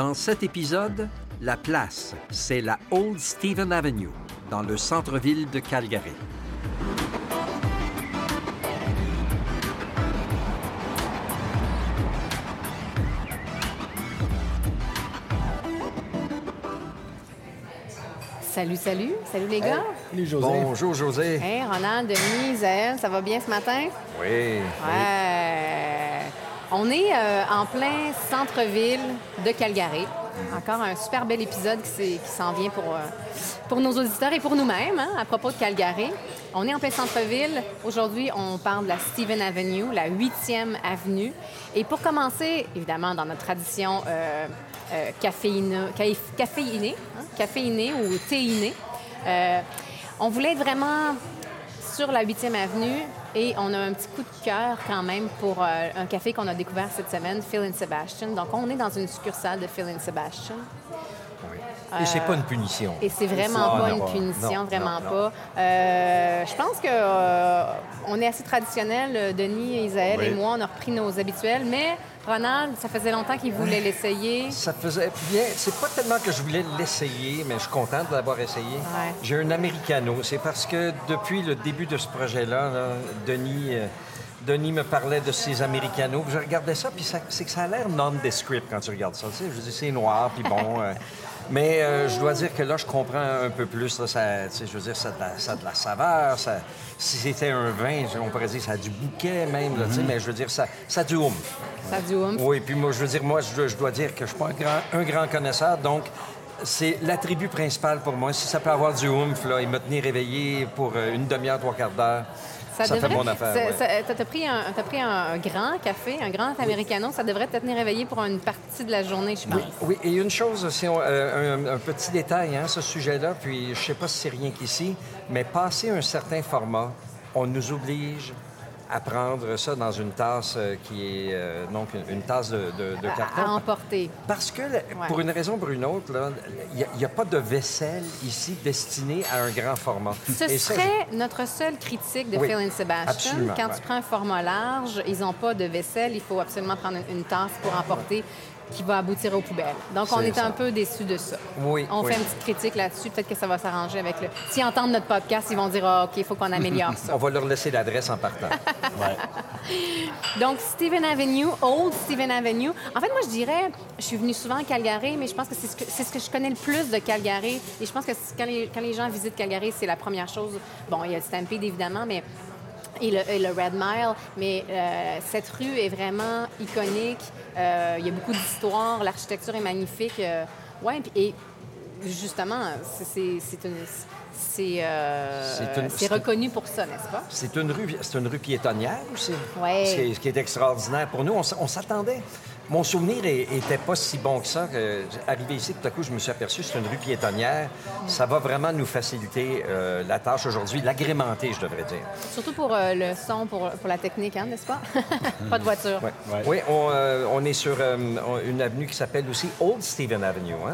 Dans cet épisode, la place, c'est la Old Stephen Avenue, dans le centre-ville de Calgary. Salut les gars. Salut José. Bonjour José. Hey, Ronald, Denis, Isaël, ça va bien ce matin? Oui. Ouais. On est en plein centre-ville de Calgary. Encore un super bel épisode qui s'en vient pour nos auditeurs et pour nous-mêmes, hein, à propos de Calgary. On est en plein centre-ville. Aujourd'hui, on parle de la Stephen Avenue, la 8e avenue. Et pour commencer, évidemment, dans notre tradition caféinée ou théinée, on voulait être vraiment sur la 8e avenue et on a un petit coup de cœur quand même pour un café qu'on a découvert cette semaine, Phil and Sebastian. Donc, on est dans une succurale de Phil and Sebastian. Oui. Et c'est pas une punition. Et c'est vraiment pas une punition, vraiment pas. Je pense qu'on est assez traditionnel, Denis, Isaël et moi, on a repris nos habituels, mais Ronald, ça faisait longtemps qu'il voulait l'essayer. Ça faisait bien. C'est pas tellement que je voulais l'essayer, mais je suis content de l'avoir essayé. Ouais. J'ai un Americano. C'est parce que depuis le début de ce projet-là, Denis me parlait de ses Americanos. Je regardais ça, puis c'est que ça a l'air nondescript quand tu regardes ça. Tu sais, je veux dire, c'est noir, puis bon. Mais je dois dire que là, je comprends un peu plus. Là, ça, tu sais, je veux dire, ça a de la saveur. Si c'était un vin, on pourrait dire que ça a du bouquet même. Là, tu sais, mais je veux dire, ça a du oomph. Ça a du oomph. Oui, puis moi, je dois dire que je ne suis pas un grand connaisseur, donc c'est l'attribut principal pour moi. Si ça peut avoir du oomph là, et me tenir éveillé pour une demi-heure, trois quarts d'heure, ça fait mon affaire. T'as pris un grand café, un grand Americano, ça devrait te tenir éveillé pour une partie de la journée, je pense. Oui, et une chose, c'est un petit détail, hein, ce sujet-là, puis je ne sais pas si c'est rien qu'ici, mais passer un certain format, on nous oblige à prendre ça dans une tasse qui est donc une tasse de carton. À emporter. Parce que, pour une raison ou pour une autre, il n'y a pas de vaisselle ici destinée à un grand format. Ce serait notre seule critique de Phil and Sebastian. Absolument, Quand tu prends un format large, ils n'ont pas de vaisselle, il faut absolument prendre une tasse pour emporter qui va aboutir aux poubelles. Donc, on est un peu déçus de ça. Oui, on fait une petite critique là-dessus. Peut-être que ça va s'arranger avec le... S'ils entendent notre podcast, ils vont dire « Ah, OK, il faut qu'on améliore ça. » On va leur laisser l'adresse en partant. Donc, Stephen Avenue, Old Stephen Avenue. En fait, moi, je dirais, je suis venue souvent à Calgary, mais je pense que c'est ce que je connais le plus de Calgary. Et je pense que quand les gens visitent Calgary, c'est la première chose. Bon, il y a le Stampede, évidemment, mais... Et le Red Mile, mais cette rue est vraiment iconique. Il y a beaucoup d'histoire, l'architecture est magnifique. Et justement, c'est reconnu pour ça, n'est-ce pas? C'est une rue piétonnière aussi. Oui. Ce qui est extraordinaire pour nous. On s'attendait. Mon souvenir était pas si bon que ça. Arrivé ici, tout à coup, je me suis aperçu que c'est une rue piétonnière. Ça va vraiment nous faciliter la tâche aujourd'hui, l'agrémenter, je devrais dire. Surtout pour le son, pour la technique, hein, n'est-ce pas? Pas de voiture. Ouais. Oui, on est sur une avenue qui s'appelle aussi Old Stephen Avenue, hein?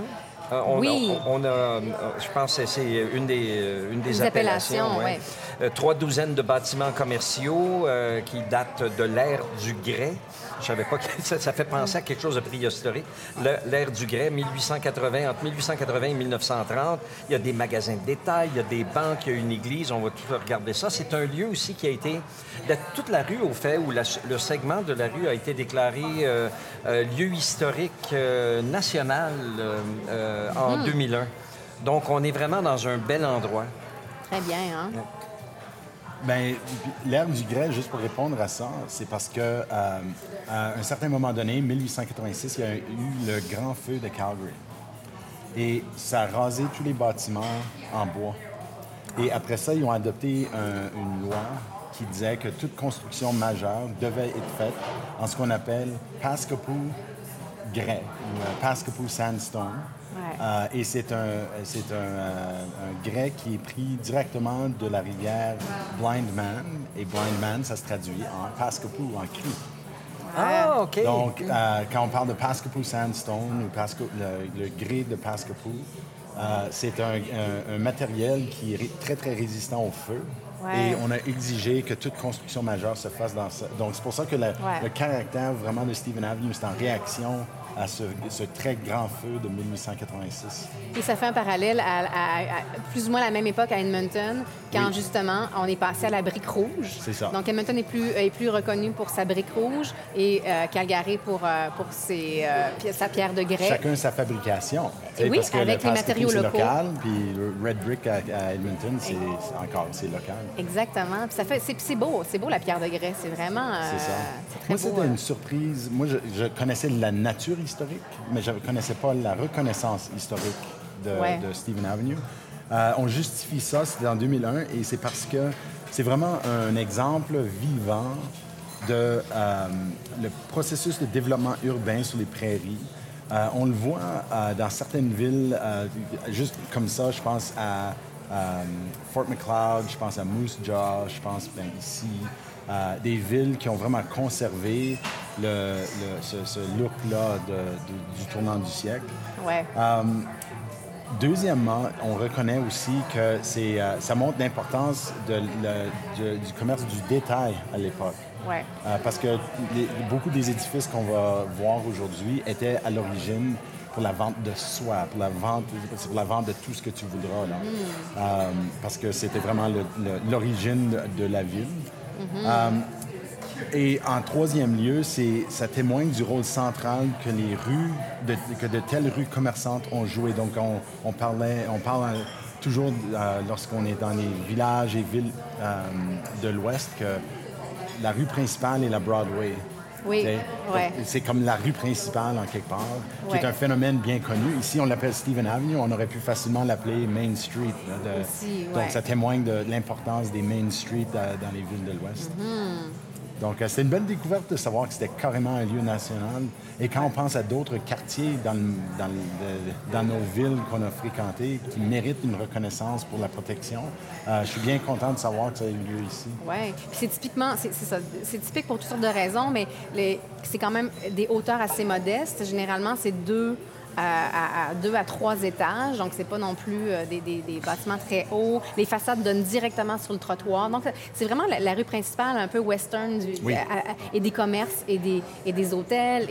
Je pense que c'est une des appellations. Ouais. 3 douzaines de bâtiments commerciaux qui datent de l'ère du grès. Je savais pas que ça fait penser à quelque chose de préhistorique. L'ère du grès, entre 1880 et 1930. Il y a des magasins de détail, il y a des banques, il y a une église. On va tout regarder ça. C'est un lieu aussi qui a été... Toute la rue, au fait, où le segment de la rue a été déclaré lieu historique national en 2001. Donc, on est vraiment dans un bel endroit. Très bien, hein? Ouais. Bien, l'ère du grès, juste pour répondre à ça, c'est parce que à un certain moment donné, 1886, il y a eu le grand feu de Calgary. Et ça a rasé tous les bâtiments en bois. Et après ça, ils ont adopté une loi qui disait que toute construction majeure devait être faite en ce qu'on appelle Pascapoo grès, ou Pascapoo sandstone. Et c'est un grès qui est pris directement de la rivière Blind Man. Et Blind Man, ça se traduit en Pascapoo, en cru. Ah, OK. Donc, quand on parle de Pascapoo sandstone ou le grès de Pascapoo, c'est un matériel qui est très, très résistant au feu. Ouais. Et on a exigé que toute construction majeure se fasse dans ça. Donc, c'est pour ça que le caractère vraiment de Stephen Avenue, c'est en réaction à ce très grand feu de 1886. Et ça fait un parallèle à plus ou moins la même époque à Edmonton, quand justement on est passé à la brique rouge. C'est ça. Donc Edmonton est plus reconnu pour sa brique rouge et Calgary pour sa pierre de grès. Chacun sa fabrication. Oui, parce que avec les matériaux c'est locaux. local, puis le Red Brick à Edmonton, c'est local. Exactement. Puis c'est beau la pierre de grès. C'est vraiment c'est ça. C'est très Moi, beau. c'était une surprise. Moi, je connaissais la nature historique, mais je ne connaissais pas la reconnaissance historique de Stephen Avenue. On justifie ça, c'était en 2001, et c'est parce que c'est vraiment un exemple vivant de le processus de développement urbain sur les prairies. On le voit dans certaines villes, juste comme ça, je pense à Fort Macleod, je pense à Moose Jaw, je pense ici, des villes qui ont vraiment conservé ce look-là du tournant du siècle. Ouais. Deuxièmement, on reconnaît aussi que ça montre l'importance du commerce du détail à l'époque. Ouais. Parce que beaucoup des édifices qu'on va voir aujourd'hui étaient à l'origine pour la vente de soie, pour la vente de tout ce que tu voudras. Là. Parce que c'était vraiment l'origine de la ville. Et en troisième lieu, ça témoigne du rôle central que de telles rues commerçantes ont joué. Donc, on parle toujours, lorsqu'on est dans les villages et villes de l'Ouest, que la rue principale est la Broadway. Oui, ouais. C'est comme la rue principale, en quelque part, qui est un phénomène bien connu. Ici, on l'appelle Stephen Avenue. On aurait pu facilement l'appeler Main Street. Donc, ça témoigne de l'importance des Main Street dans les villes de l'Ouest. Donc, c'était une belle découverte de savoir que c'était carrément un lieu national. Et quand on pense à d'autres quartiers dans nos villes qu'on a fréquentées qui méritent une reconnaissance pour la protection, je suis bien content de savoir que ça a eu lieu ici. Oui. Puis c'est typique pour toutes sortes de raisons, mais c'est quand même des hauteurs assez modestes. Généralement, c'est 2 à 3 étages, donc c'est pas non plus des bâtiments très hauts. Les façades donnent directement sur le trottoir. Donc, c'est vraiment la rue principale, un peu western, et des commerces et des hôtels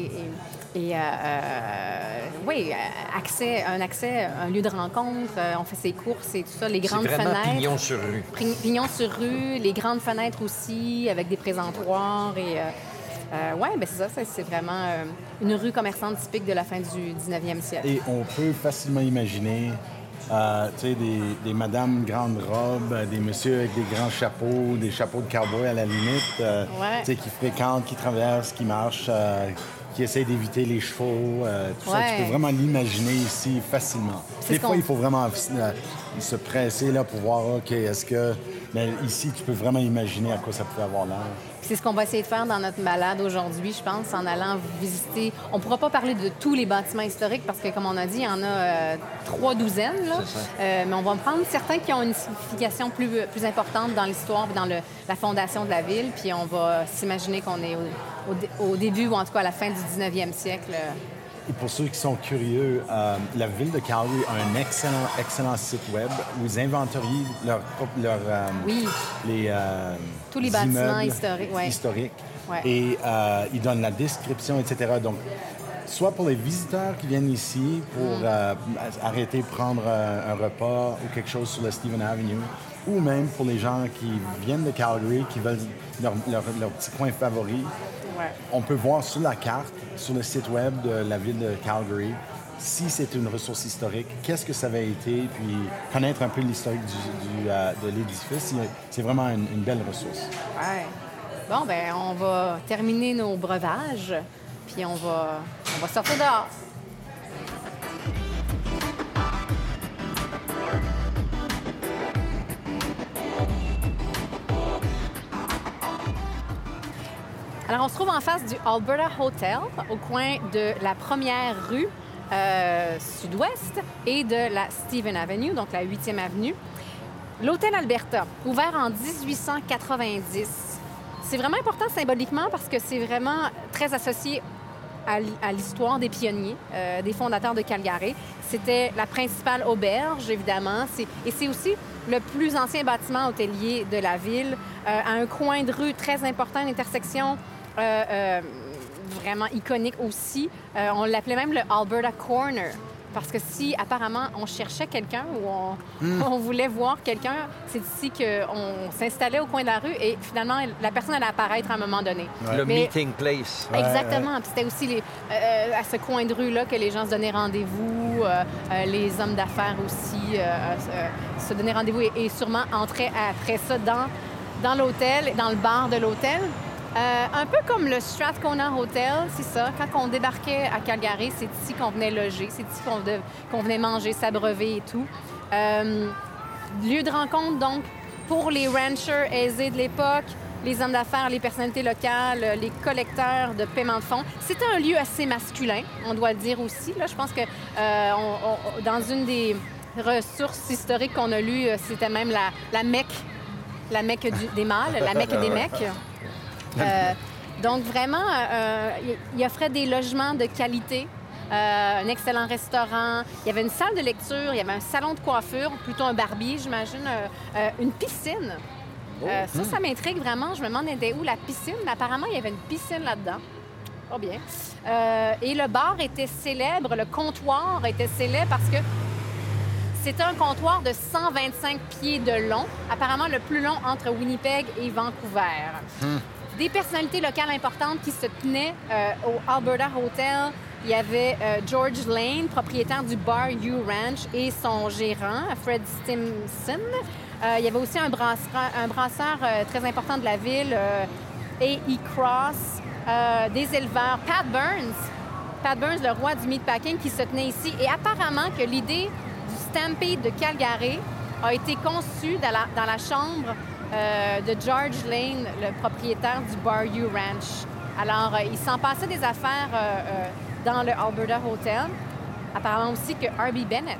un lieu de rencontre. On fait ses courses et tout ça. Les grandes fenêtres. C'est vraiment pignon sur rue. Pignon sur rue, les grandes fenêtres aussi, avec des présentoirs et... c'est ça. C'est vraiment une rue commerçante typique de la fin du 19e siècle. Et on peut facilement imaginer, des madames grandes robes, des messieurs avec des grands chapeaux, des chapeaux de cowboy à la limite, qui fréquentent, qui traversent, qui marchent, qui essayent d'éviter les chevaux. Tout ça, tu peux vraiment l'imaginer ici facilement. Des fois, il faut vraiment se presser là, pour voir, OK, est-ce que... Mais ici, tu peux vraiment imaginer à quoi ça peut avoir l'air. C'est ce qu'on va essayer de faire dans notre balade aujourd'hui, je pense, en allant visiter. On ne pourra pas parler de tous les bâtiments historiques parce que, comme on a dit, il y en a 3 douzaines. Là. Mais on va prendre certains qui ont une signification plus importante dans l'histoire et dans la fondation de la ville. Puis on va s'imaginer qu'on est au début ou en tout cas à la fin du 19e siècle. Et pour ceux qui sont curieux, la ville de Calgary a un excellent site web où ils inventorient tous les bâtiments historiques. Ouais. Et ils donnent la description, etc. Donc, soit pour les visiteurs qui viennent ici pour arrêter, prendre un repas ou quelque chose sur le Stephen Avenue, ou même pour les gens qui viennent de Calgary, qui veulent leur petit coin favori. Ouais. On peut voir sur la carte, sur le site web de la ville de Calgary, si c'est une ressource historique, qu'est-ce que ça avait été, puis connaître un peu l'historique de l'édifice. C'est vraiment une belle ressource. Ouais. Bon, on va terminer nos breuvages, puis on va sortir dehors. Alors, on se trouve en face du Alberta Hotel, au coin de la première rue sud-ouest et de la Stephen Avenue, donc la 8e avenue. L'Hôtel Alberta, ouvert en 1890. C'est vraiment important symboliquement parce que c'est vraiment très associé à l'histoire des pionniers, des fondateurs de Calgary. C'était la principale auberge, évidemment. Et c'est aussi le plus ancien bâtiment hôtelier de la ville, à un coin de rue très important, une intersection vraiment iconique aussi. On l'appelait même le Alberta Corner. Parce que si, apparemment, on cherchait quelqu'un ou on voulait voir quelqu'un, c'est ici qu'on s'installait au coin de la rue et finalement, la personne allait apparaître à un moment donné. Le meeting place. Exactement. Puis c'était aussi à ce coin de rue-là que les gens se donnaient rendez-vous, les hommes d'affaires aussi se donnaient rendez-vous et sûrement entraient après ça dans l'hôtel, dans le bar de l'hôtel. Un peu comme le Strathcona Hotel, c'est ça. Quand on débarquait à Calgary, c'est ici qu'on venait loger, c'est ici qu'on venait manger, s'abreuver et tout. Lieu de rencontre, donc, pour les ranchers aisés de l'époque, les hommes d'affaires, les personnalités locales, les collecteurs de paiement de fonds. C'était un lieu assez masculin, on doit le dire aussi. Là, je pense que dans une des ressources historiques qu'on a lues, c'était même la Mecque des mâles, la Mecque des mecs. Donc, vraiment, il offrait des logements de qualité, un excellent restaurant. Il y avait une salle de lecture, il y avait un salon de coiffure, plutôt un barbier, j'imagine, une piscine. Ça m'intrigue vraiment. Je me demande était où la piscine. Apparemment, il y avait une piscine là-dedans. Pas bien. Et le bar était célèbre, le comptoir était célèbre parce que c'était un comptoir de 125 pieds de long, apparemment le plus long entre Winnipeg et Vancouver. Des personnalités locales importantes qui se tenaient au Alberta Hotel. Il y avait George Lane, propriétaire du Bar U Ranch, et son gérant, Fred Stimson. Il y avait aussi un brasseur très important de la ville, A.E. Cross, des éleveurs, Pat Burns, le roi du meatpacking, qui se tenait ici. Et apparemment que l'idée du Stampede de Calgary a été conçue dans la chambre de George Lane, le propriétaire du Bar U Ranch. Alors, il s'en passait des affaires dans le Alberta Hotel. Apparemment aussi que Harvey Bennett,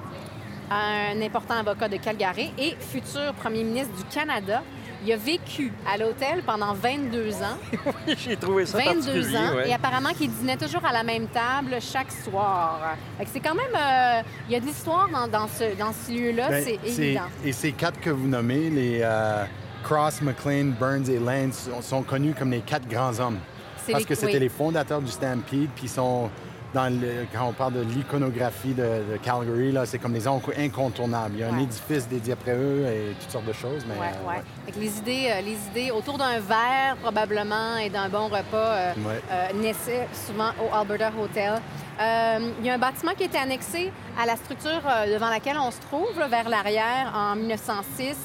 un important avocat de Calgary et futur premier ministre du Canada, il a vécu à l'hôtel pendant 22 ans. Oui, j'ai trouvé ça 22 ans, ouais. Et apparemment qu'il dînait toujours à la même table chaque soir. Fait que c'est quand même... il y a de l'histoire dans ce lieu-là, c'est évident. Et ces quatre que vous nommez, les Cross, McLean, Burns et Lane, sont connus comme les quatre grands hommes. Parce que c'était les fondateurs du Stampede, puis ils sont... quand on parle de l'iconographie de Calgary, là, c'est comme les incontournables. Il y a un édifice dédié après eux et toutes sortes de choses. Mais, ouais. Fait que les idées autour d'un verre, probablement, et d'un bon repas naissaient souvent au Alberta Hotel. Il y a un bâtiment qui a été annexé à la structure devant laquelle on se trouve, là, vers l'arrière, en 1906.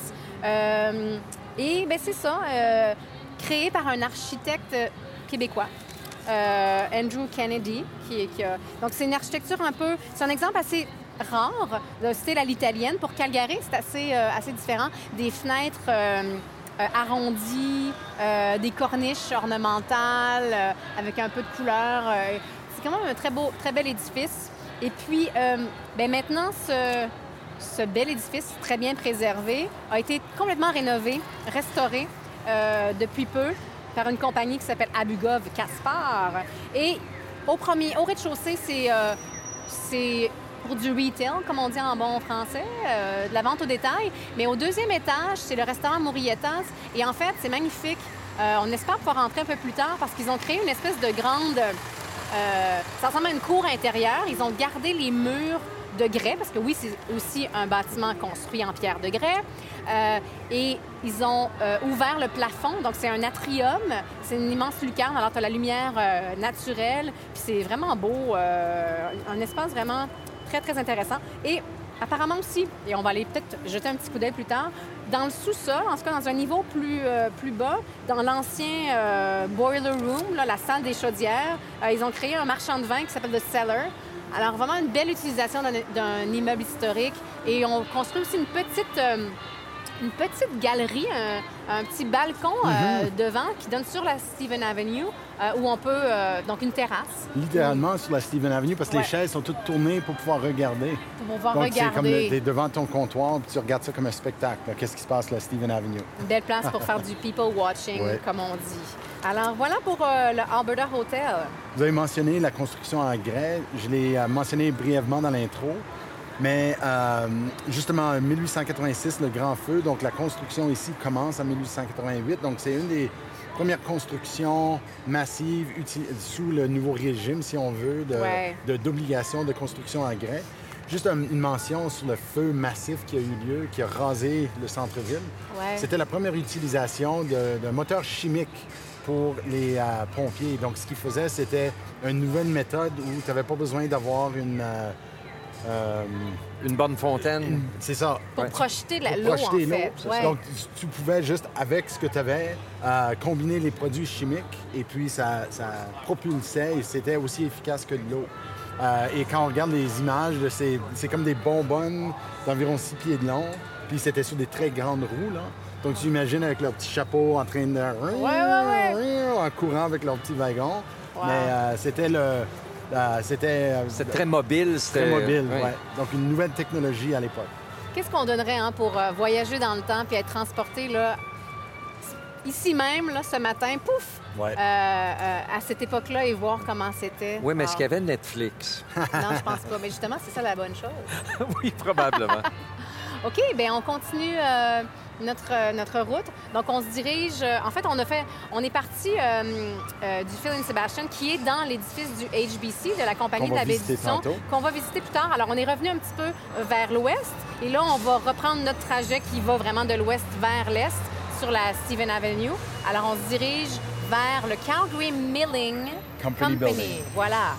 Et bien, c'est ça, créé par un architecte québécois. Andrew Kennedy, donc c'est une architecture c'est un exemple assez rare de style à l'italienne. Pour Calgary, c'est assez différent. Des fenêtres arrondies, des corniches ornementales avec un peu de couleur. C'est quand même un très bel édifice. Et puis, maintenant, ce bel édifice, très bien préservé, a été complètement rénové, restauré depuis peu, par une compagnie qui s'appelle Abugov Caspar. Et au rez-de-chaussée, c'est pour du retail, comme on dit en bon français, de la vente au détail. Mais au deuxième étage, c'est le restaurant Murrieta's. Et en fait, c'est magnifique. On espère pouvoir rentrer un peu plus tard parce qu'ils ont créé une espèce de grande... ça ressemble à une cour intérieure. Ils ont gardé les murs de grès, parce que oui, c'est aussi un bâtiment construit en pierre de grès. Et ils ont ouvert le plafond, donc c'est un atrium, c'est une immense lucarne, alors tu as la lumière naturelle, puis c'est vraiment beau, un espace vraiment très, très intéressant. Et apparemment aussi, et on va aller peut-être jeter un petit coup d'œil plus tard, dans le sous-sol, en tout cas dans un niveau plus bas, dans l'ancien boiler room, là, la salle des chaudières, ils ont créé un marchand de vin qui s'appelle The Cellar. Alors, vraiment une belle utilisation d'un immeuble historique. Et on construit aussi une petite galerie, un petit balcon devant qui donne sur la Stephen Avenue, où on peut... donc, une terrasse. Littéralement sur la Stephen Avenue, parce que les chaises sont toutes tournées pour pouvoir regarder. Pour pouvoir donc, regarder. C'est comme t'es devant ton comptoir, puis tu regardes ça comme un spectacle. Qu'est-ce qui se passe sur la Stephen Avenue? Une belle place pour faire du people watching, comme on dit. Alors, voilà pour le Alberta Hotel. Vous avez mentionné la construction en grès. Je l'ai mentionné brièvement dans l'intro. Mais justement, en 1886, le grand feu, donc la construction ici commence en 1888. Donc, c'est une des première construction massive sous le nouveau régime, si on veut, d'obligation de construction en grès. Juste une mention sur le feu massif qui a eu lieu, qui a rasé le centre-ville. Ouais. C'était la première utilisation d'un moteur chimique pour les pompiers. Donc, ce qu'ils faisaient, c'était une nouvelle méthode où tu n'avais pas besoin d'avoir une bonne fontaine. C'est ça. Pour projeter l'eau, en fait. Ouais. Donc, tu pouvais juste, avec ce que tu avais, combiner les produits chimiques et puis ça propulsait et c'était aussi efficace que de l'eau. Et quand on regarde les images, c'est comme des bonbonnes d'environ 6 pieds de long, puis c'était sur des très grandes roues, là. Donc, tu imagines avec leur petit chapeau en train de... en courant avec leur petit wagon. Wow. Mais c'était très mobile. Très mobile, oui. ouais. Donc, une nouvelle technologie à l'époque. Qu'est-ce qu'on donnerait pour voyager dans le temps puis être transporté là, ici même, là, ce matin, pouf, à cette époque-là et voir comment c'était? Oui, mais est-ce qu'il y avait Netflix? Non, je pense pas. Mais justement, c'est ça la bonne chose. Oui, probablement. OK, bien, on continue notre route. Donc, on se dirige... en fait, on est parti du Phil and Sebastian, qui est dans l'édifice du HBC, de la compagnie de la baie d'Hudson, qu'on va visiter plus tard. Alors, on est revenu un petit peu vers l'ouest. Et là, on va reprendre notre trajet qui va vraiment de l'ouest vers l'est sur la Stephen Avenue. Alors, on se dirige vers le Calgary Milling Company Building. Voilà.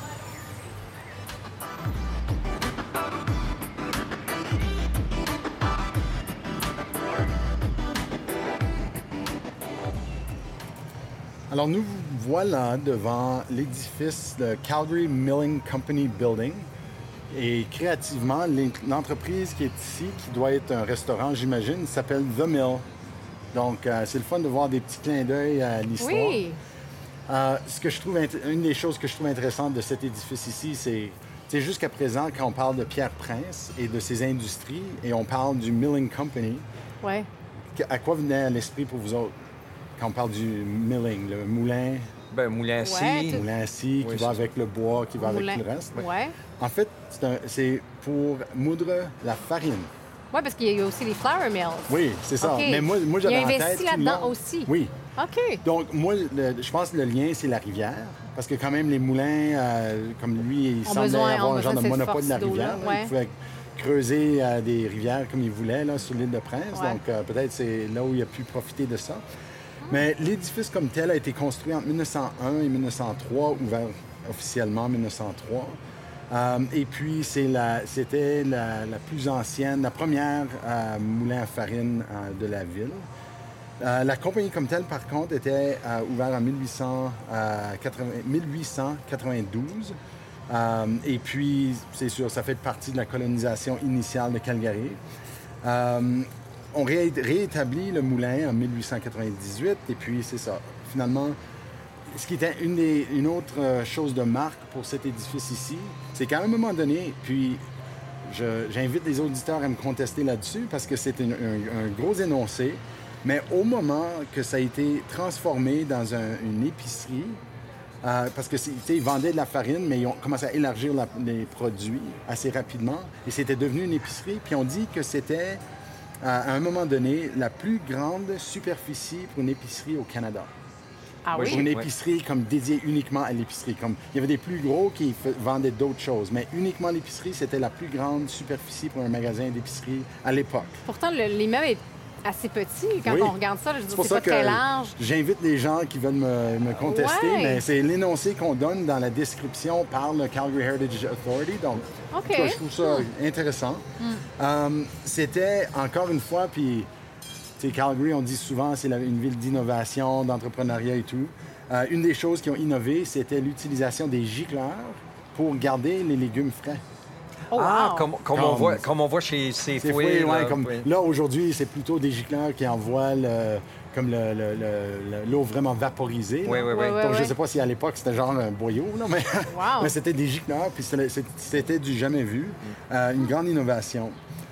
Alors, nous voilà devant l'édifice de Calgary Milling Company Building. Et créativement, l'entreprise qui est ici, qui doit être un restaurant, j'imagine, s'appelle The Mill. Donc, c'est le fun de voir des petits clins d'œil à l'histoire. Oui. Une des choses que je trouve intéressantes de cet édifice ici, c'est jusqu'à présent, quand on parle de Pierre Prince et de ses industries, et on parle du Milling Company, ouais. À quoi venait à l'esprit pour vous autres quand on parle du milling, le moulin? Bien, moulin à scie. Ouais, Moulin à scie qui va avec le bois, qui va avec tout le reste. Ouais. En fait, c'est pour moudre la farine. Oui, parce qu'il y a aussi les flour mills. Oui, c'est ça. Okay. Mais moi j'avais en tête... Il a investi là-dedans aussi? Oui. OK. Donc, moi, je pense que le lien, c'est la rivière. Parce que quand même, les moulins, comme lui, il semblait avoir un genre de monopole de la rivière. Ouais. Il pouvait creuser des rivières comme il voulait là, sur l'île de Prince. Ouais. Donc, peut-être c'est là où il a pu profiter de ça. Mais l'édifice comme tel a été construit entre 1901 et 1903, ouvert officiellement en 1903. Et puis, c'était la plus ancienne, la première moulin à farine de la ville. La compagnie comme telle, par contre, était ouverte en 1892. Et puis, c'est sûr, ça fait partie de la colonisation initiale de Calgary. On réétablit le moulin en 1898, et puis c'est ça. Finalement, ce qui était une autre chose de marque pour cet édifice ici, c'est qu'à un moment donné, puis j'invite les auditeurs à me contester là-dessus, parce que c'est un gros énoncé, mais au moment que ça a été transformé dans une épicerie, parce que ils vendaient de la farine, mais ils ont commencé à élargir les produits assez rapidement, et c'était devenu une épicerie, puis on dit que c'était... à un moment donné, la plus grande superficie pour une épicerie au Canada. Ah oui? Pour une épicerie comme dédiée uniquement à l'épicerie. Comme, il y avait des plus gros qui vendaient d'autres choses, mais uniquement l'épicerie, c'était la plus grande superficie pour un magasin d'épicerie à l'époque. Pourtant, l'immeuble est assez petit. Quand on regarde ça, je veux dire, c'est pas très large. J'invite les gens qui veulent me contester, mais c'est l'énoncé qu'on donne dans la description par le Calgary Heritage Authority. Donc, je trouve ça intéressant. C'était, encore une fois, puis, tu sais, Calgary, on dit souvent, c'est une ville d'innovation, d'entrepreneuriat et tout. Une des choses qui ont innové, c'était l'utilisation des gicleurs pour garder les légumes frais. Oh, wow. Comme on voit chez Safeway. Là, aujourd'hui, c'est plutôt des gicleurs qui envoient l'eau vraiment vaporisée. Oui. Donc, je ne sais pas si à l'époque, c'était genre un boyau, là, mais, mais c'était des gicleurs, puis c'était du jamais vu. Une grande innovation.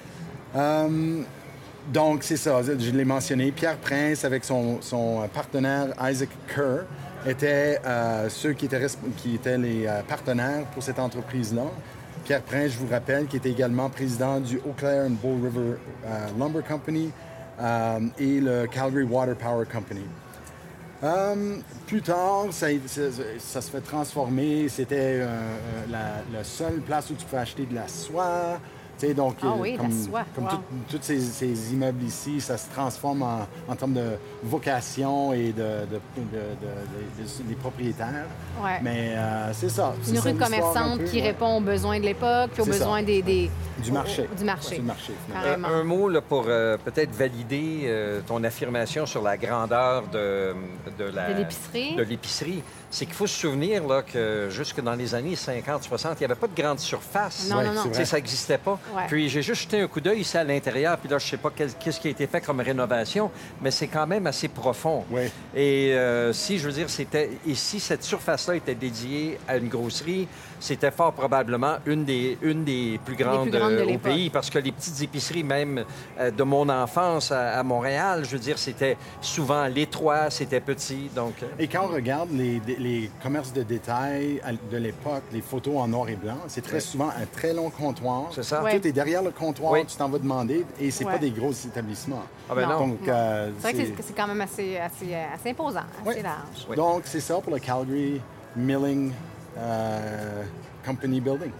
Donc, c'est ça, je l'ai mentionné. Pierre Prince, avec son partenaire Isaac Kerr, étaient ceux qui étaient les partenaires pour cette entreprise-là. Pierre Prince, je vous rappelle, qui était également président du Eau Claire and Bull River Lumber Company et le Calgary Water Power Company. Plus tard, ça se fait transformer. C'était la seule place où tu peux acheter de la soie. Donc, oui, comme, la soie. comme Wow. tous ces immeubles ici, ça se transforme en termes de vocation et des propriétaires. Ouais. Mais c'est ça. Une rue commerçante qui répond aux besoins de l'époque, puis aux C'est ça. besoins du marché. Du marché. C'est le marché, finalement. Carrément. Un mot là, pour peut-être valider ton affirmation sur la grandeur de l'épicerie. de l'épicerie. C'est qu'il faut se souvenir là, que jusque dans les années 50-60, il n'y avait pas de grande surface. Non, Ouais, non, non. c'est Tu sais, vrai. ça n'existait pas. Ouais. Puis j'ai juste jeté un coup d'œil ici à l'intérieur, puis là, je ne sais pas qu'est-ce qui a été fait comme rénovation, mais c'est quand même assez profond. Oui. Et si, je veux dire, si cette surface-là était dédiée à une grosserie, c'était fort probablement une des plus grandes, de au l'époque. pays, parce que les petites épiceries, même de mon enfance à Montréal, je veux dire, c'était souvent l'étroit, c'était petit, donc... Et quand on regarde les commerces de détail de l'époque, les photos en noir et blanc, c'est très souvent un très long comptoir. C'est ça. Ouais. Tout est derrière le comptoir, Oui. tu t'en vas demander, et c'est Ouais. pas des gros établissements. Ah ben non. Donc, C'est vrai que c'est quand même assez imposant, assez Oui. large. Oui. Donc, c'est ça pour le Calgary Milling Company Building.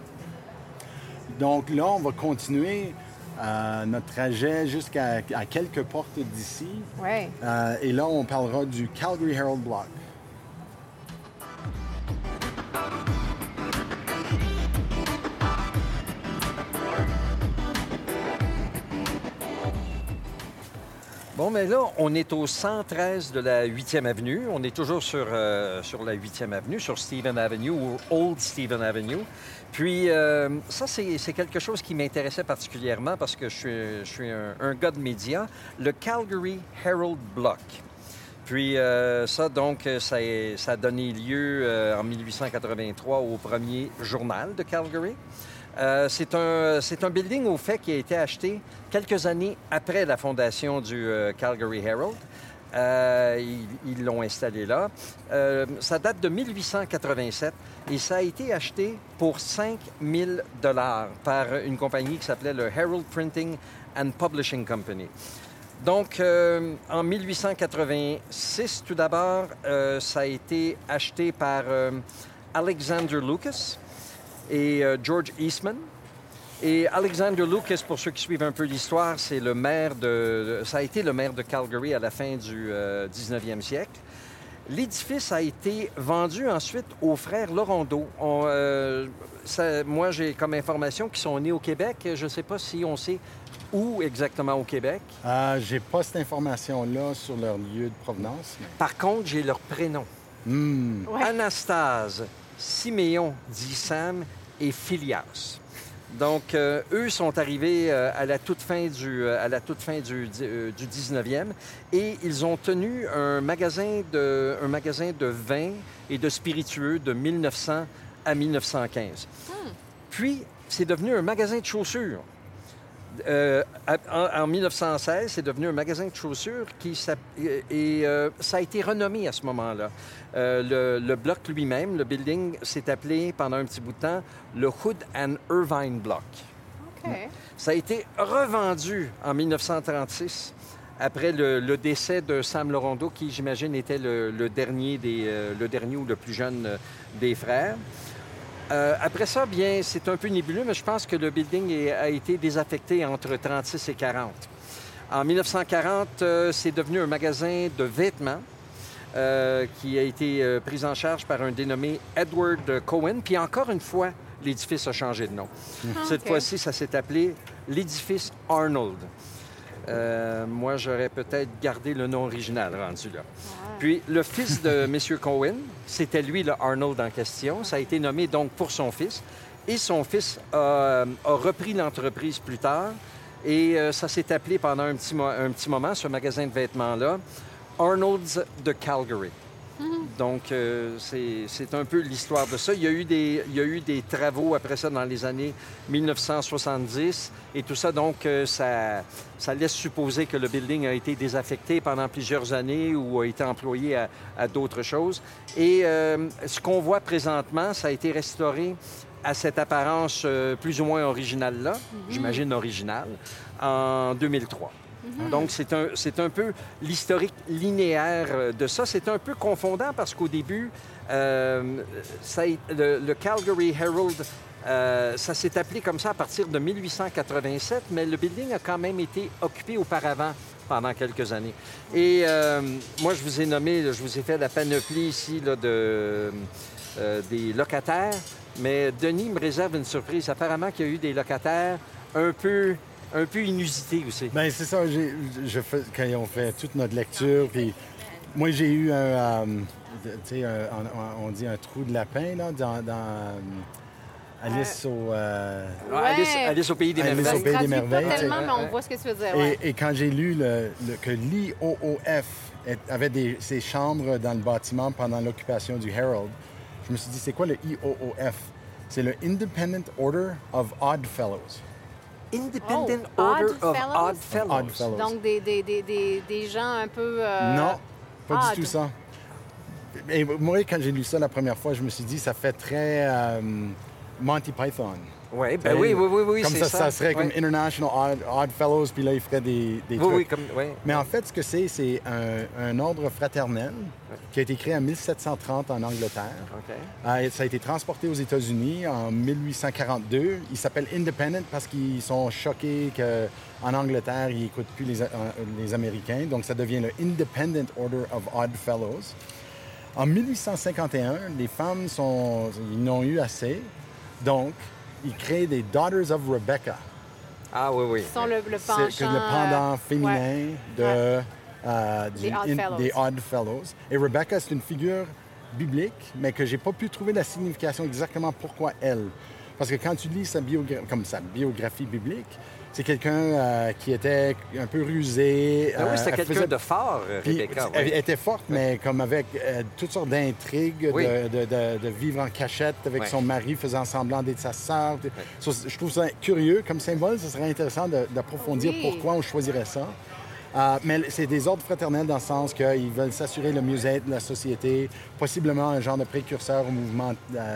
Donc là, on va continuer notre trajet jusqu'à quelques portes d'ici. Oui. Et là, on parlera du Calgary Herald Block. Bon, mais là, on est au 113 de la 8e Avenue. On est toujours sur la 8e Avenue, sur Stephen Avenue ou Old Stephen Avenue. Puis, ça, c'est quelque chose qui m'intéressait particulièrement parce que je suis un gars de médias, le Calgary Herald Block. Puis ça, donc, ça a donné lieu en 1883 au premier journal de Calgary. C'est un building, au fait, qui a été acheté quelques années après la fondation du Calgary Herald. Ils l'ont installé là. Ça date de 1887 et ça a été acheté pour 5 000 $ par une compagnie qui s'appelait le Herald Printing and Publishing Company. Donc, en 1886, tout d'abord, ça a été acheté par Alexander Lucas et George Eastman. Et Alexander Lucas, pour ceux qui suivent un peu l'histoire, c'est le maire ça a été le maire de Calgary à la fin du 19e siècle. L'édifice a été vendu ensuite aux frères Laurendeau. Moi, j'ai comme information qu'ils sont nés au Québec. Je ne sais pas si on sait où exactement au Québec. J'ai pas cette information-là sur leur lieu de provenance. Mais... Par contre, j'ai leur prénom. Ouais. Anastase, Siméon, dit Sam et Phileas. Donc, eux sont arrivés à la toute fin du 19e et ils ont tenu un magasin de vin et de spiritueux de 1900 à 1915. Puis, c'est devenu un magasin de chaussures. En 1916, c'est devenu un magasin de chaussures ça a été renommé à ce moment-là. Le bloc lui-même, le building, s'est appelé pendant un petit bout de temps le Hood and Irvine Block. OK. Ça a été revendu en 1936 après le décès de Sam Laurendeau, qui, j'imagine, était le dernier ou le plus jeune des frères. Après ça, bien, c'est un peu nébuleux, mais je pense que le building a été désaffecté entre 36 et 40. En 1940, c'est devenu un magasin de vêtements qui a été pris en charge par un dénommé Edward Cohen. Puis encore une fois, l'édifice a changé de nom. Cette OK. fois-ci, ça s'est appelé l'édifice Arnold. Moi, j'aurais peut-être gardé le nom original rendu là. Puis, le fils de M. Cohen, c'était lui, le Arnold en question. Ça a été nommé donc pour son fils. Et son fils a repris l'entreprise plus tard. Et ça s'est appelé pendant un petit moment, ce magasin de vêtements-là, Arnold's de Calgary. Donc, c'est un peu l'histoire de ça. Il y a eu des travaux après ça dans les années 1970 et tout ça. Donc, ça laisse supposer que le building a été désaffecté pendant plusieurs années ou a été employé à d'autres choses. Et ce qu'on voit présentement, ça a été restauré à cette apparence plus ou moins originale-là, j'imagine originale, en 2003. Donc, c'est un peu l'historique linéaire de ça. C'est un peu confondant parce qu'au début, le Calgary Herald, ça s'est appelé comme ça à partir de 1887, mais le building a quand même été occupé auparavant pendant quelques années. Et moi, je vous ai nommé, je vous ai fait la panoplie ici là, des locataires, mais Denis me réserve une surprise. Apparemment qu'il y a eu des locataires un peu inusités aussi. Bien, c'est ça. Quand on fait toute notre lecture, puis moi, j'ai eu tu sais, on dit un trou de lapin, là, dans Alice au... Alice au Pays des Alice Merveilles. au Pays des Merveilles. Pas tellement, mais on voit ce que tu veux dire. Ouais. Et quand j'ai lu que l'IOOF avait ses chambres dans le bâtiment pendant l'occupation du Herald, je me suis dit, c'est quoi le IOOF? C'est le Independent Order of Odd Fellows. Independent Oh, Order Odd of Fellows? Odd Fellows. Odd Fellows. Donc, des gens un peu... Non, pas odd. du tout ça. Et moi, quand j'ai lu ça la première fois, je me suis dit, ça fait très Monty Python. Ouais, ben oui, Comme c'est ça serait comme Ouais. International Odd Fellows, puis là, ils feraient des trucs. Oui, oui. Mais en fait, ce que c'est un ordre fraternel qui a été créé en 1730 en Angleterre. OK. Ça a été transporté aux États-Unis en 1842. Il s'appelle Independent parce qu'ils sont choqués qu'en Angleterre, ils n'écoutent plus les Américains. Donc, ça devient le Independent Order of Odd Fellows. En 1851, les femmes ils n'ont eu assez. Donc, ils créent des Daughters of Rebecca. Ah oui. Qui sont le penchant... C'est le pendant féminin Des Odd Fellows. Et Rebecca, c'est une figure biblique, mais que j'ai pas pu trouver la signification exactement pourquoi elle. Parce que quand tu lis sa biographie biblique, c'est quelqu'un qui était un peu rusé. Oui, c'était quelqu'un de fort, Rebecca. Elle était forte, mais comme avec toutes sortes d'intrigues, Oui. de vivre en cachette avec son mari, faisant semblant d'être sa sœur. Je trouve ça curieux comme symbole. Ce serait intéressant d'approfondir pourquoi on choisirait ça. Mais c'est des ordres fraternels dans le sens qu'ils veulent s'assurer le mieux-être de la société, possiblement un genre de précurseur au mouvement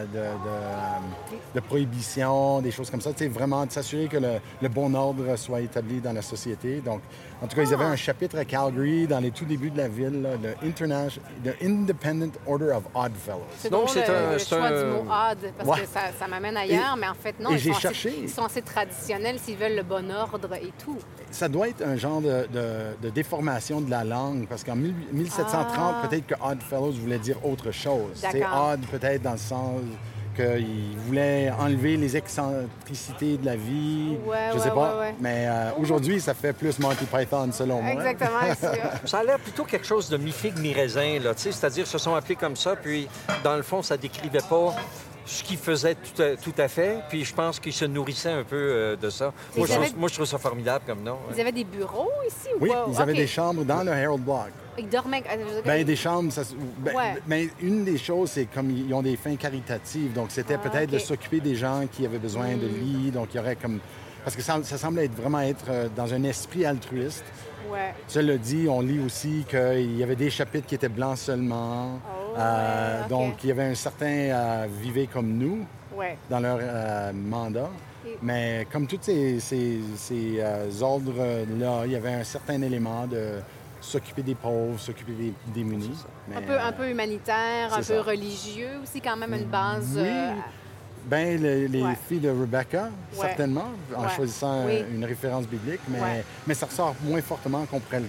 de prohibition, des choses comme ça. Vraiment de s'assurer que le bon ordre soit établi dans la société. Donc, en tout cas, ils avaient un chapitre à Calgary, dans les tout débuts de la ville, là, le Independent Order of Odd Fellows. C'est Donc, drôle, le choix un- du mot odd, parce que ça m'amène ailleurs, mais en fait, non, ils sont assez traditionnels s'ils veulent le bon ordre et tout. Ça doit être un genre de déformation de la langue, parce qu'en 1730, peut-être que Odd Fellows voulait dire autre chose. C'est odd peut-être dans le sens qu'ils voulaient enlever les excentricités de la vie. Je sais pas. Mais aujourd'hui, ça fait plus Monty Python, selon moi. Exactement. Ça a l'air plutôt quelque chose de mi-figue, mi-raisin, là, tu sais, c'est-à-dire se sont appelés comme ça, puis dans le fond, ça décrivait pas ce qu'ils faisaient tout à fait, puis je pense qu'ils se nourrissaient un peu de ça. Moi, je trouve ça formidable comme nom. Ils avaient des bureaux ici ou oui, pas? Ils avaient des chambres dans le Herald Block. Ils dormaient... Bien, des chambres, mais une des choses, c'est comme ils ont des fins caritatives, donc c'était peut-être de s'occuper des gens qui avaient besoin de lits, donc il y aurait comme... Parce que ça semble vraiment être dans un esprit altruiste. Ouais. Cela dit, on lit aussi qu'il y avait des chapitres qui étaient blancs seulement. Donc, il y avait un certain vivez comme nous dans leur mandat. Mais comme tous ces ordres-là, il y avait un certain élément de s'occuper des pauvres, s'occuper des démunis. Mais, un peu humanitaire, un peu religieux aussi, quand même une base... Oui. Bien, les filles de Rebecca, certainement, en choisissant une référence biblique, mais ça ressort moins fortement qu'on pourrait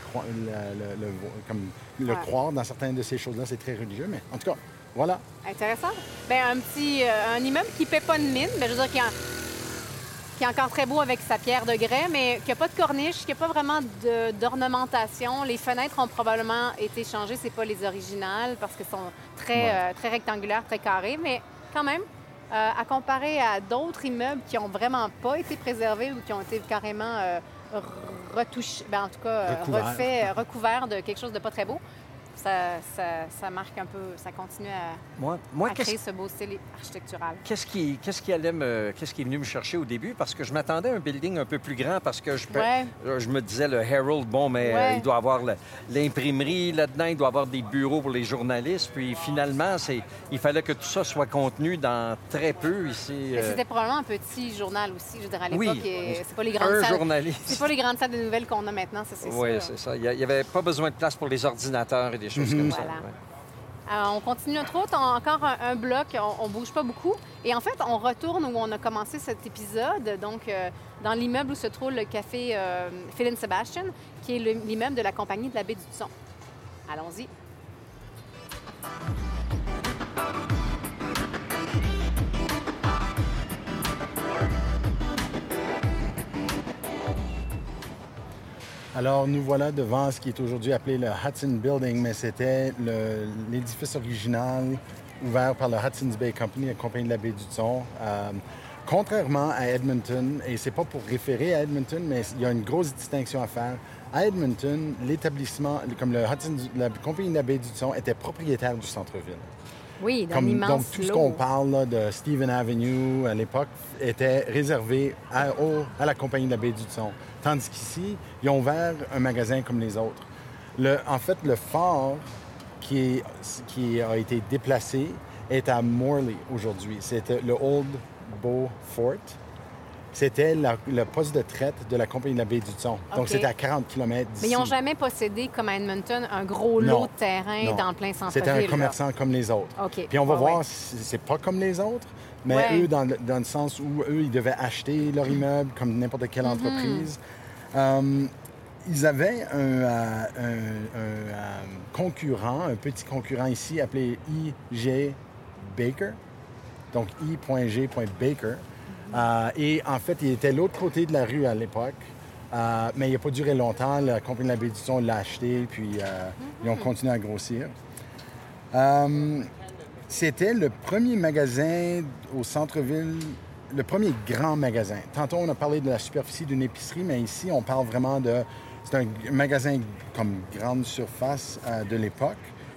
le croire dans certaines de ces choses-là. C'est très religieux, mais en tout cas, voilà. Intéressant. Bien, un immeuble qui ne paie pas de mine, bien, je veux dire, qui est encore très beau avec sa pierre de grès, mais qui n'a pas de corniche, qui n'a pas vraiment d'ornementation. Les fenêtres ont probablement été changées, c'est pas les originales, parce qu'elles sont très rectangulaires, très carrées, mais quand même... à comparer à d'autres immeubles qui n'ont vraiment pas été préservés ou qui ont été carrément retouchés, bien, en tout cas recouverts de quelque chose de pas très beau. ça marque un peu, ça continue à créer ce beau style architectural. Qu'est-ce qui est venu me chercher au début? Parce que je m'attendais à un building un peu plus grand parce que je me disais, le Herald, il doit avoir l'imprimerie là-dedans, il doit avoir des bureaux pour les journalistes. Puis finalement, il fallait que tout ça soit contenu dans très peu ici. C'était probablement un petit journal aussi, je dirais, à l'époque. Oui, c'est pas les grandes salles. Journaliste. C'est pas les grandes salles de nouvelles qu'on a maintenant, ça, c'est sûr. Oui, c'est ça. Il n'y avait pas besoin de place pour les ordinateurs et des choses comme ça. Voilà. Ouais. Alors, on continue notre route. Encore un bloc. On bouge pas beaucoup. Et en fait, on retourne où on a commencé cet épisode, donc dans l'immeuble où se trouve le café Phil & Sebastian, qui est l'immeuble de la compagnie de la baie du Thon. Allons-y. Alors, nous voilà devant ce qui est aujourd'hui appelé le Hudson Building, mais c'était l'édifice original ouvert par le Hudson's Bay Company, la compagnie de la baie du Thon. Contrairement à Edmonton, et c'est pas pour référer à Edmonton, mais il y a une grosse distinction à faire. À Edmonton, l'établissement, comme la compagnie de la baie du Thon, était propriétaire du centre-ville. Oui, d'un immense lot. Donc, tout ce qu'on parle là, de Stephen Avenue à l'époque était réservé à la compagnie de la baie du Thon. Tandis qu'ici, ils ont ouvert un magasin comme les autres. En fait, le phare qui a été déplacé est à Morley aujourd'hui. C'était le Old Bow Fort. C'était le poste de traite de la compagnie de la baie du Thon. Donc, c'était à 40 km d'ici. Mais ils n'ont jamais possédé, comme à Edmonton, un gros lot de terrain dans le plein centre-ville. C'était un commerçant comme les autres. Okay. Puis on va voir si c'est pas comme les autres, mais eux, dans le sens où eux, ils devaient acheter leur immeuble comme n'importe quelle entreprise. Ils avaient un concurrent, un petit concurrent ici appelé I.G. Baker. Donc, I.G.Baker. Et en fait, il était de l'autre côté de la rue à l'époque, mais il n'a pas duré longtemps. La compagnie de la baie du Thon l'a acheté, puis ils ont continué à grossir. C'était le premier magasin au centre-ville, le premier grand magasin. Tantôt, on a parlé de la superficie d'une épicerie, mais ici, on parle vraiment de... C'est un magasin comme grande surface de l'époque.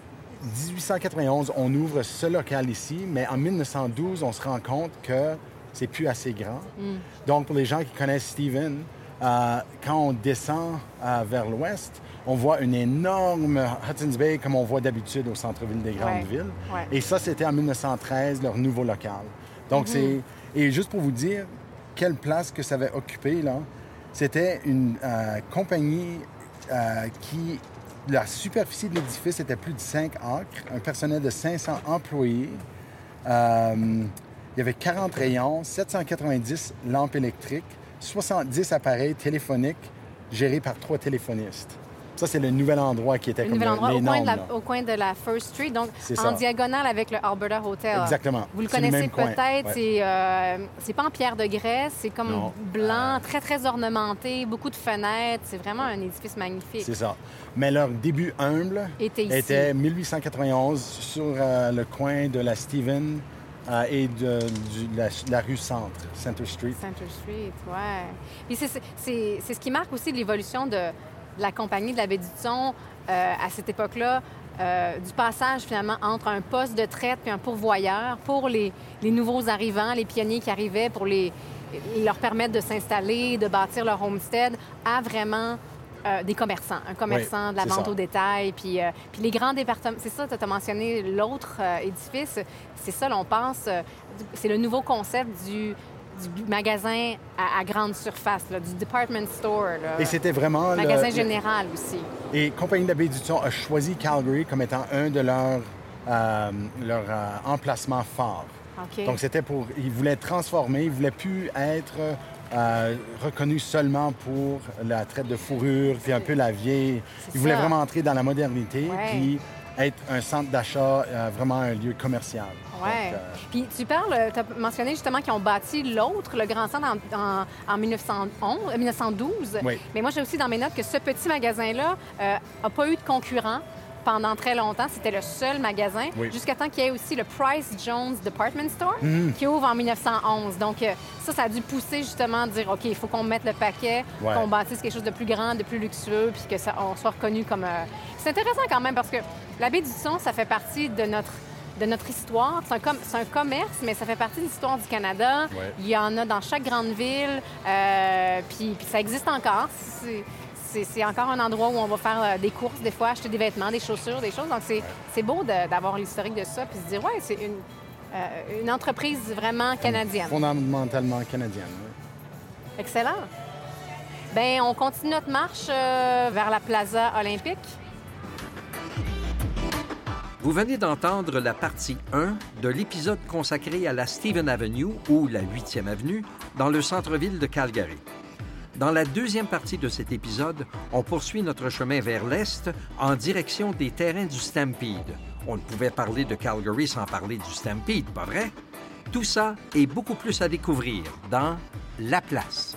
1891, on ouvre ce local ici, mais en 1912, on se rend compte que c'est plus assez grand. Donc, pour les gens qui connaissent Stephen, quand on descend vers l'ouest, on voit une énorme Hudson's Bay comme on voit d'habitude au centre-ville des grandes villes. Ouais. Et ça, c'était en 1913, leur nouveau local. Donc, c'est... Et juste pour vous dire quelle place que ça avait occupé, là, c'était une compagnie qui... La superficie de l'édifice était plus de 5 acres, un personnel de 500 employés. Il y avait 40 rayons, 790 lampes électriques, 70 appareils téléphoniques gérés par 3 téléphonistes. Ça, c'est le nouvel endroit qui était comme les normes. Au coin de la First Street, donc en diagonale avec le Alberta Hotel. Exactement. Vous le connaissez peut-être, c'est pas en pierre de grès, c'est comme blanc, très, très ornementé, beaucoup de fenêtres. C'est vraiment un édifice magnifique. C'est ça. Mais leur début humble était 1891 sur le coin de la Stephen et de la rue Center Street. Center Street, oui. Puis c'est ce qui marque aussi l'évolution de la compagnie de la baie du Thon à cette époque-là, du passage finalement entre un poste de traite puis un pourvoyeur pour les nouveaux arrivants, les pionniers qui arrivaient pour leur permettre de s'installer, de bâtir leur homestead, à vraiment des commerçants. Un commerçant de la vente au détail, puis les grands départements. C'est ça, tu as mentionné l'autre édifice. C'est ça, là, on pense, c'est le nouveau concept du magasin à grande surface, là, du department store. Là. Et c'était vraiment... Magasin général aussi. Et Compagnie de la baie du Thon a choisi Calgary comme étant un de leurs emplacements phares. Okay. Donc, c'était pour... Ils voulaient transformer, ils ne voulaient plus être reconnus seulement pour la traite de fourrure, puis un peu la vieille... Ils voulaient vraiment entrer dans la modernité, puis être un centre d'achat, vraiment un lieu commercial. Oui. Puis tu as mentionné justement qu'ils ont bâti l'autre, le Grand Centre, en 1912. Oui. Mais moi, j'ai aussi dans mes notes que ce petit magasin-là n'a pas eu de concurrent pendant très longtemps. C'était le seul magasin, jusqu'à temps qu'il y ait aussi le Price Jones Department Store qui ouvre en 1911. Donc, ça a dû pousser justement à dire, OK, il faut qu'on mette le paquet, qu'on bâtisse quelque chose de plus grand, de plus luxueux, puis qu'on soit reconnu comme... C'est intéressant quand même parce que la baie d'Hudson, ça fait partie de notre histoire. C'est un commerce, mais ça fait partie de l'histoire du Canada. Il y en a dans chaque grande ville, puis ça existe encore. C'est encore un endroit où on va faire des courses, des fois, acheter des vêtements, des chaussures, des choses. Donc, c'est beau d'avoir l'historique de ça, puis se dire, c'est une entreprise vraiment canadienne. Fondamentalement canadienne, oui. Excellent. Bien, on continue notre marche vers la Plaza Olympique. Vous venez d'entendre la partie 1 de l'épisode consacré à la Stephen Avenue, ou la 8e avenue, dans le centre-ville de Calgary. Dans la deuxième partie de cet épisode, on poursuit notre chemin vers l'est en direction des terrains du Stampede. On ne pouvait parler de Calgary sans parler du Stampede, pas vrai? Tout ça et beaucoup plus à découvrir dans La Place.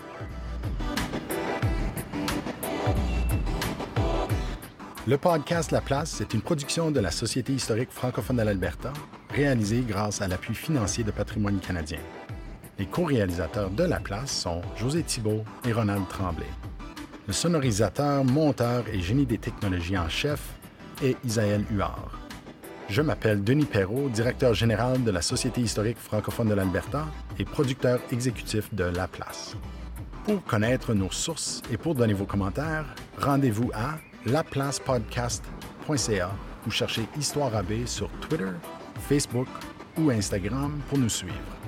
Le podcast La Place est une production de la Société historique francophone de l'Alberta, réalisée grâce à l'appui financier de Patrimoine canadien. Les co-réalisateurs de La Place sont José Thibault et Ronald Tremblay. Le sonorisateur, monteur et génie des technologies en chef est Isaël Huard. Je m'appelle Denis Perrault, directeur général de la Société historique francophone de l'Alberta et producteur exécutif de La Place. Pour connaître nos sources et pour donner vos commentaires, rendez-vous à laplacepodcast.ca ou cherchez Histoire AB sur Twitter, Facebook ou Instagram pour nous suivre.